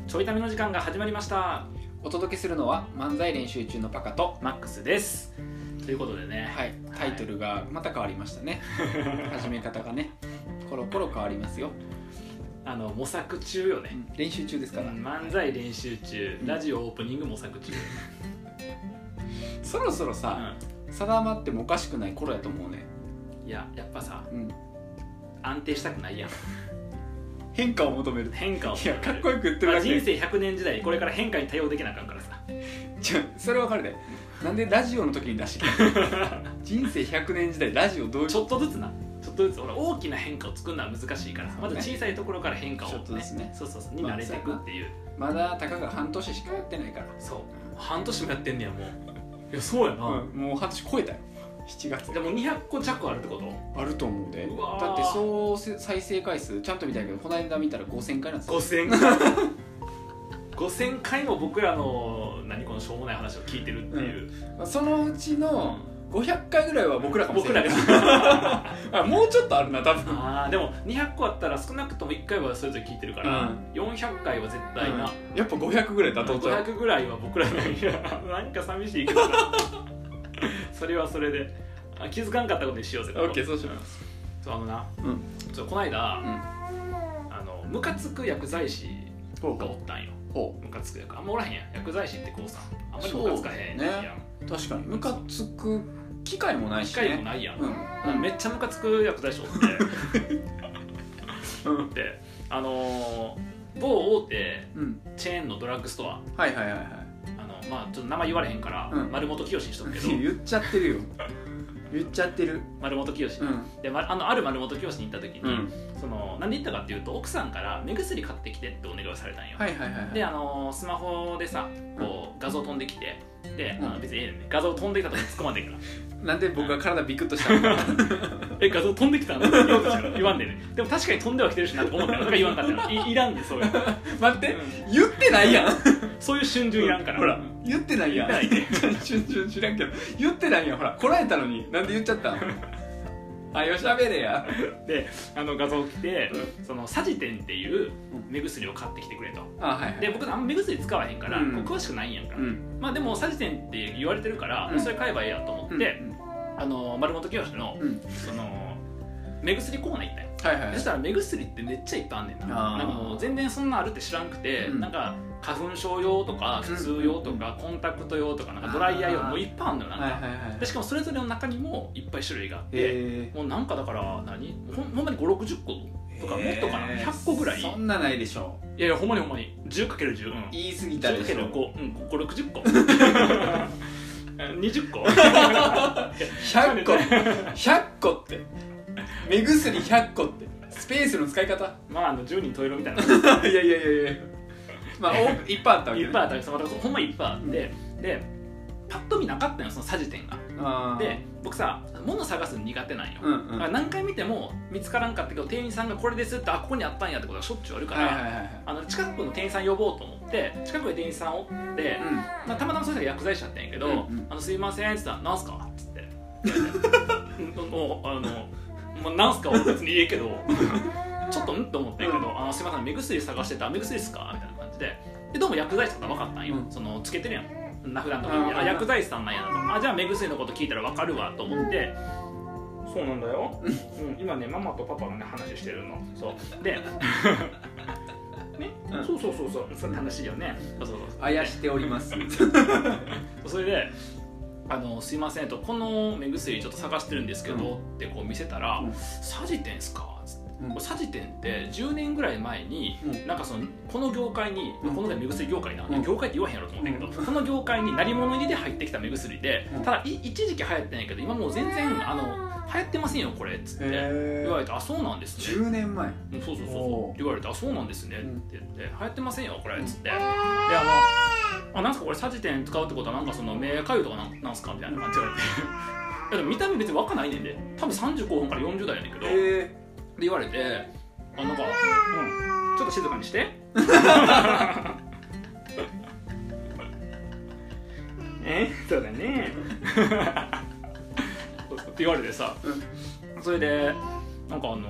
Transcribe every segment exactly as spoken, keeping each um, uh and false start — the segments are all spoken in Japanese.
ちょいための時間が始まりました。 お届けするのは漫才練習中のパカとマックスです。ということでね、 はい、タイトルがまた変わりましたね。始め方がねコロコロ変わりますよ。 あの模索中よね、 うん、練習中ですから、 漫才練習中、ラジオオープニング模索中。 そろそろさ、うん、定まってもおかしくない頃やと思うね。 いや、やっぱさ、 うん、 安定したくないやん。 変化を求める。 変化を求める。 いや、かっこよく言ってるだけ。 人生ひゃくねん時代、これから変化に対応できなあかんからさ。 ちょ、それ分かるで。なんでラジオの時に出してきた人生ひゃくねん時代、ラジオどういうちょっとずつな。ちょっとずつ、俺大きな変化を作るのは難しいから、まず小さいところから変化を、ね、 ちょっとずつね、 そうそうそうに慣れていくっていう。 まだたかが半年しかやってないから。 そう、半年もやってんねやもう。いや、そうやな、 うん、もう半年超えたよ。しちがつでもにひゃっこ弱あるってこと？ あると思うで。 うわだって総再生回数ちゃんと見たけど、この間見たらごせんかいなんですよ。 ごせんかいごせんかいも僕らの何このしょうもない話を聞いてるっていう、 うん、そのうちのごひゃっかいぐらいは僕らかもしれない。 僕らあ、もうちょっとあるな多分。 あー、でもにひゃっこあったら少なくともいっかいはそれぞれ聞いてるから、うん、よんひゃっかいは絶対な、 うん、やっぱごひゃくぐらいだとごひゃくぐらいは僕らのいやなんか寂しいけどそれはそれで気づかんかったことにしようぜ。 オッケー、そうします。 そう、あのな、 うん、 そうこの間、 うん、 あのムカつく薬剤師がおったんよ。 ほう、 ムカつく薬あんまおらへんやん。薬剤師ってこうさ、あんまりムカつかへんやん、 ね、確かにムカつく機会もないし、ね、 機会もないやん、 うんうん、 めっちゃムカつく薬剤師おってうん、で、あのー、某大手、うん、チェーンのドラッグストア、 はいはいはいはい、 あのまあちょっと名前言われへんから、うん、丸本清にしとくけど言っちゃってるよ言っちゃってる。 丸本清、うん、で、ま、あのある丸本清に行った時に、うん、そのなんで行ったかっていうと、奥さんから目薬買ってきてってお願いをされたんよ。 はいはいはい、はい、 で、あのスマホでさ、こう画像飛んできて、で、うん、あの別にええねん、画像飛んできたとこに突っ込まんでいいからなんで僕が体ビクッとしたのえ、画像飛んできたのって言おうとしたら言わんでね。でも確かに飛んではきてるしなって思ったら、だから言わんかったの。 い, いらんで、そういう待って、うん、言ってないやんそういう瞬順いらんから。 ほら、言ってないやん。瞬順知らんけど言ってないやん。ほら、こらえたのになんで言っちゃったのあ、よしゃべれや。 で、あの画像来て、うん、そのサジテンっていう目薬を買ってきてくれと。 あ、はいはい、 で、僕あんま目薬使わへんから、うん、詳しくないんやんか、うん、まあでもサジテンって言われてるから、うん、それ買えばええやと思って、うん、あの丸本清の、うん、その目薬コーナー行ったよ。はいはいはい、そしたら目薬ってめっちゃいっぱいあんねんな。なんかもう全然そんなあるって知らんくて、うん、なんか花粉症用とか普通用とか、うん、コンタクト用とか、なんかドライヤー用もういっぱいあんのよ。なんか、はいはいはい、でしかもそれぞれの中にもいっぱい種類があって、もうなんかだから何ほん、ほんまにご、ろくじゅっことかもっとかな、ひゃっこぐらい。 そんなないでしょ。 いやいや、ほんまにほんまに じゅうかけるじゅう、うん、 言い過ぎたでしょ。 じゅうかけるご、うん、ご、ろくじゅっこにじゅっこひゃっこひゃっこって目薬ひゃっこってスペースの使い方。 まあ、あのじゅうにん十色みたいな。 いやいやいやいや、まあいっぱいあったわけ、ね、 いっぱいあったわけ。ほんまいっぱいあって、うん、でパッと見なかったよ、そのサジテンが。で、僕さ、物探すの苦手なんよ、うんうん、何回見ても見つからんかったけど、店員さんがこれですって、あ、ここにあったんやってことがしょっちゅうあるから、はいはいはいはい、あの近くの店員さん呼ぼうと思って近くで店員さんおって、うん、まあ、たまたまその人が薬剤師だったんやけど、うんうん、あのすいませんって言ったら、なんすかって言ってもうあのまあ、なんすかは別に言えけどちょっとんって思ったんやけど、あのすいません、目薬探してた、目薬っすかみたいな感じで、でどうも薬剤師だったら分かったんよ、うん、そのつけてるやん、名札のとこに。あ、薬剤師さんなんやなと。あ、じゃあ目薬のこと聞いたら分かるわと思って、そうなんだよ、うん、今ねママとパパのね話してるの。そうでね、うん、そうそうそうそう、それ楽しいよね。そうそうそう、 あやしておりますそれで、あのすいませんと、この目薬ちょっと探してるんですけど、うん、ってこう見せたら、うん、サジテンすかつって、うん、サジテンってじゅうねんぐらい前に、うん、なんかそのこの業界に、うん、この目薬業界な、うん、業界って言わへんやろと思うんだけど、うん、この業界に鳴り物入りで入ってきた目薬で、うん、ただい一時期流行ってないけど今もう全然あの流行ってませんよこれっつって言われて、あ、そうなんですね、 じゅうねんまえ、 うん、そうそうそうそう言われて、あ、そうなんですねって言って、流行ってませんよこれっつって、で、あのあ、なんすかこれサジテン使うってことはなんかその目かゆとか なん, なんすかみたいな感じで言われていやでも見た目別に若ないねんで、多分さんじゅう後半からよんじゅう代やねんけど、で言われて、あ、なんか、うん、ちょっと静かにしてえ、そうだねって言われてさ、それでなんかあの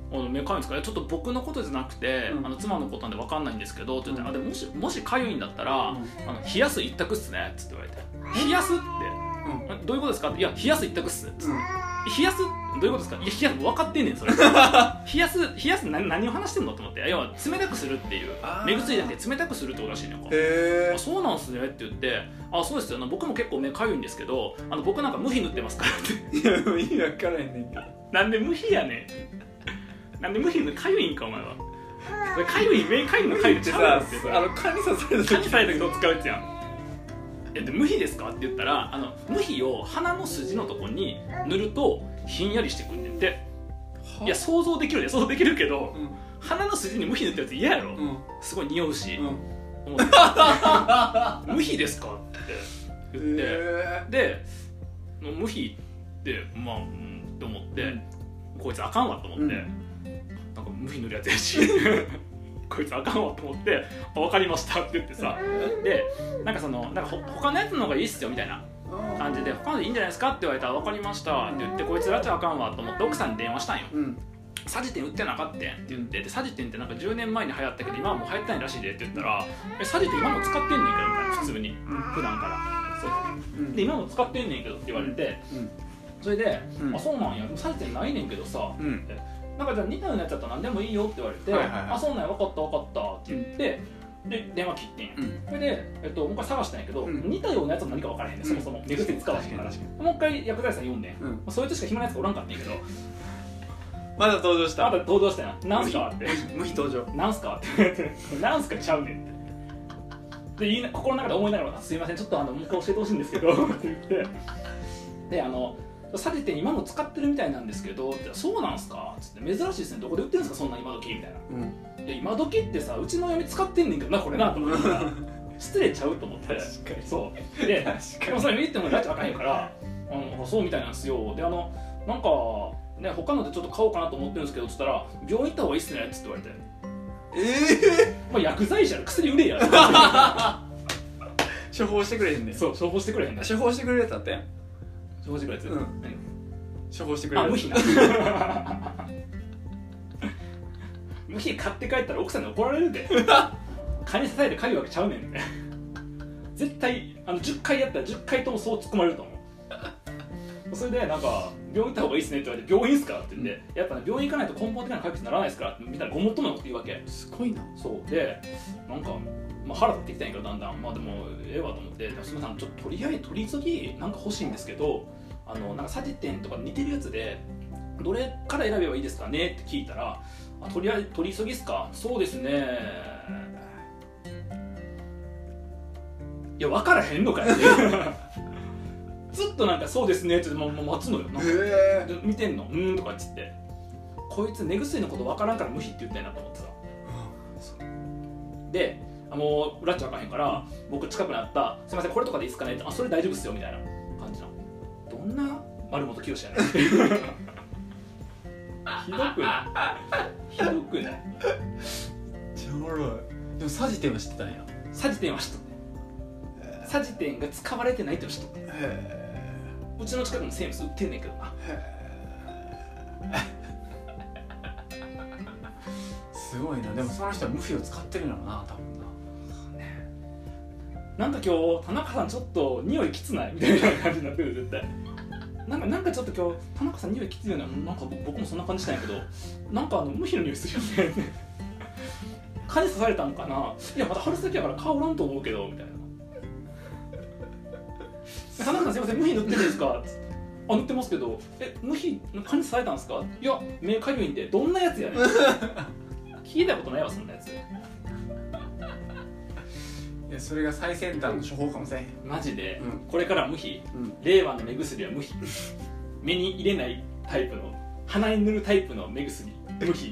あの目かゆいんですか？ちょっと僕のことじゃなくて、うん、あの妻のことなんで分かんないんですけどって言って、うん、あでももしもしかゆいんだったら、うん、あの冷やす一択っすねっつって言われて、冷やすって、うん、どういうことですかって、いや冷やす一択っすっつって、うん、冷やすどういうことですか？いや冷やす分かってんねんそれ冷やす冷やす何何を話してんのと思って、要は冷たくするっていう目薬じゃなくて冷たくするってことらしいのか。へあそうなんすねって言って、あそうですよ、僕も結構目かゆいんですけど、あの僕なんか無比塗ってますからっていや意味分からへんねんけど、 なんで無比やねんなんで無比塗かゆいんかお前は。かゆい目かゆいのかゆいちゃうってさ、 あの蚊に刺された時蚊に刺された時どう使うやつやん。いやで無比ですかって言ったら、あの無比を鼻の筋のとこに塗るとひんやりしてくんねんって。いや想像できるで想像できるけど、うん、鼻の筋に無比塗ったやつ嫌やろ、うん、すごい匂うし、うん、思って無比ですかって言って、えー、で無比ってまあうんって思って、うん、こいつあかんわと思って、うん、なんか無比塗るやつやしこいつあかんわと思って分かりましたって言ってさ、でなんかそのなんか他のやつの方がいいっすよみたいな感じで、他のでいいんじゃないですかって言われたら分かりましたって言って、こいつらちゃあかんわと思って奥さんに電話したんよ、うん、サジテン売ってなかったんって言って、でサジテンってなんかじゅうねんまえに流行ったけど今はもう流行ってないらしいでって言ったら、えサジテン今も使ってんねんけどみたいな、普通に普段からそうで今も使ってんねんけどって言われて、うん、それで、うん、あそうなんやサジテンないねんけどさ、うん、なんかじゃあ似たようなやつだったら何でもいいよって言われて、はいはいはい、あそうなんや分かった分かったって言って、うん、で電話切ってんや、うん、それで、えっと、もう一回探したんやけど、うん、似たようなやつは何か分からへんねん、うん、そもそも目薬使わへんから、うん、もう一回薬剤師さん読んでん、うん、そいつしか暇なやつがおらんかったんやけど、 まだ登場したまだ登場したやん、なんすかって無比登場なんすかって言われてなんすかちゃうねんってで言いな心の中で思いながらすいませんちょっとあのもう一回教えてほしいんですけどって言ってであのサジテン今も使ってるみたいなんですけどってそうなんすかっつって、珍しいですねどこで売ってるんですかそんな今時みたいな、うん、いや今時ってさうちの嫁使ってんねんけどなこれなと思って失礼ちゃうと思って、確かにそうででもそれ言ってもラチあかんへんからあのそうみたいなんですよ。であのなんかね他のでちょっと買おうかなと思ってるんですけどっつったら病院行った方がいいっすねっつって言われて、ええー、まあ薬剤師やろ薬売れや処方してくれへんねん。 そう処方してくれへんねん。 処方してくれるやつあったやん。 処方してくれるやつ、うん、 処方してくれるあ無比な無比買って帰ったら奥さんに怒られるで蚊に刺されてかゆいわけちゃうねんね絶対あのじゅっかいやったらじゅっかいともそう突っ込まれると思うそれでなんか病院行った方がいいっすねって言われて病院っすかって言って、うん、やっぱね病院行かないと根本的な解決にならないですからみたいなごもっともなこと言うわけ。 すごいな。 そうでなんか、まあ、腹立ってきたんやけどだんだんまあでもええわと思ってすみませんちょっととりあえず取り急ぎなんか欲しいんですけどあのなんかサジテンとか似てるやつでどれから選べばいいですかねって聞いたらあとりあえず取り急ぎっすかそうですねいや分からへんのかよずっとなんかそうですねってもう待つのよなんか見てんのうんとかっつってこいつ目薬のこと分からんから無比って言ったんやなと思ってさであもうラッチ分からへんから僕近くにあったすいませんこれとかでいいっすかねってあそれ大丈夫っすよみたいな感じなの。どんな丸本清やねんひどくないひどくない。 ちょろい。でもサジテンは知ってたんや。 サジテンは知っとってサジテンが使われてないっての知っとってうちの近くのセームス売ってんねんけどなすごいな。でもその人は無比を使ってるんだろうな多分な。なんか今日田中さんちょっと匂いきつないみたいな感じになってる絶対なんかなんかちょっと今日田中さん匂いきついよねなんか僕もそんな感じしたんやけどなんかあの無比の匂いするよね蚊に刺されたんかないやまた春先やから蚊おらんと思うけどみたいな田中さんすいません無比塗ってるんですかあ塗ってますけどえ無比蚊に刺されたんですかいや目かゆいんでどんなやつやねん聞いたことないわそんなやつ。 いやそれが最先端の処方かもしれへんマジで、うん、これから無比、うん、令和の目薬は無比目に入れないタイプの鼻に塗るタイプの目薬無比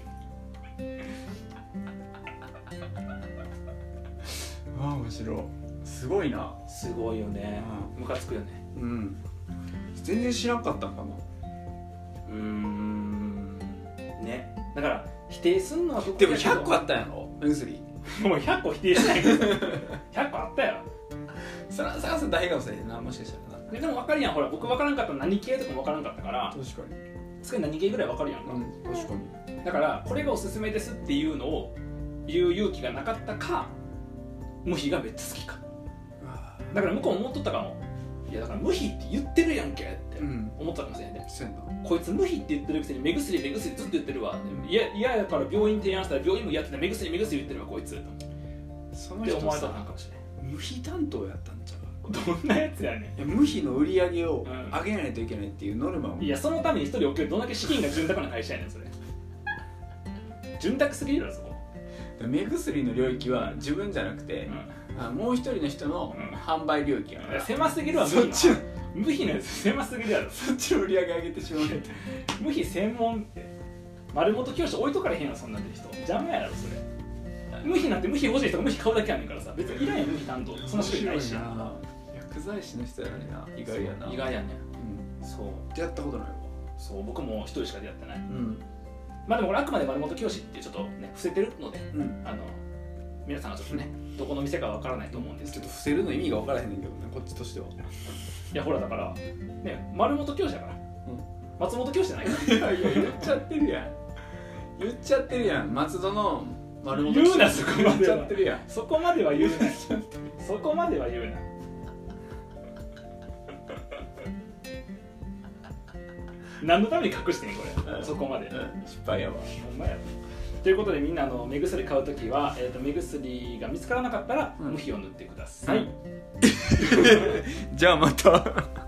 ああ面白いすごいな。 すごいよねムカつくよね。 うん全然知らんかったんかな。 うーんねだから否定すんのはでもひゃっこあったんやろ目薬もうひゃっこ否定しないけどひゃっこあったよそら探す大変かもしれへんなもしかしたらな。 でも分かるやんほら僕分からんかったら何系とかも分からんかったから確かにそれ何系ぐらい分かるやんか、 うん、確かにだからこれがおすすめですっていうのを言う勇気がなかったか、無比がめっちゃ好きか。だから向こうも思っとったかも、いやだから無比って言ってるやんけって思ったかもしれんね、うん、こいつ無比って言ってるくせに目薬目薬ずっと言ってるわ、いや嫌やから病院提案したら病院もやってた、目薬目薬言ってるわこいつ、 その人って思われたのかもしれない。 無比担当やったんちゃう。 どんなやつやねん。 無比の売り上げを上げないといけないっていうノルマを、 うん、いやそのために一人置けるどんだけ資金が潤沢な会社やねんそれ。潤沢すぎるだろそこ。 目薬の領域は自分じゃなくて、うん、あもう一人の人の販売領域やから、 うん、狭すぎるわ。無比の無比のやつ狭すぎるやろ。 そっちの売り上げ上げてしまう無比専門って丸本教師置いとかれへんやろそんなんで人邪魔やろそれ。無比なんて無比欲しい人が無比買うだけやねんからさ、別にいらんやん無比担当、そんな種類ないし。 薬剤師の人やのにな、意外やな。 意外やねん、うん、そう出会ったことないわ。 そう僕も一人しか出会ってない、 うん、 まあでもこれあくまで丸本教師ってちょっとね伏せてるので、 うん、 あの皆さんはちょっとねどこの店かわからないと思うんですけど、 ちょっと伏せるの意味が分からへんねんけどね、こっちとしては。 いやほらだからね丸本教師だから、うん、松本教師じゃないからいやいや言っちゃってるやん言っちゃってるやん、松戸の丸本教師言うなそこまでは。 言っちゃってるやん。 そこまでは言うなそこまでは言うな何のために隠してんこれ、うん、そこまで、うん、 失敗やわ。 ほんまやわ。ということでみんなあの目薬買うときは、えー、と目薬が見つからなかったら、うん、無比を塗ってください、 じゃあまた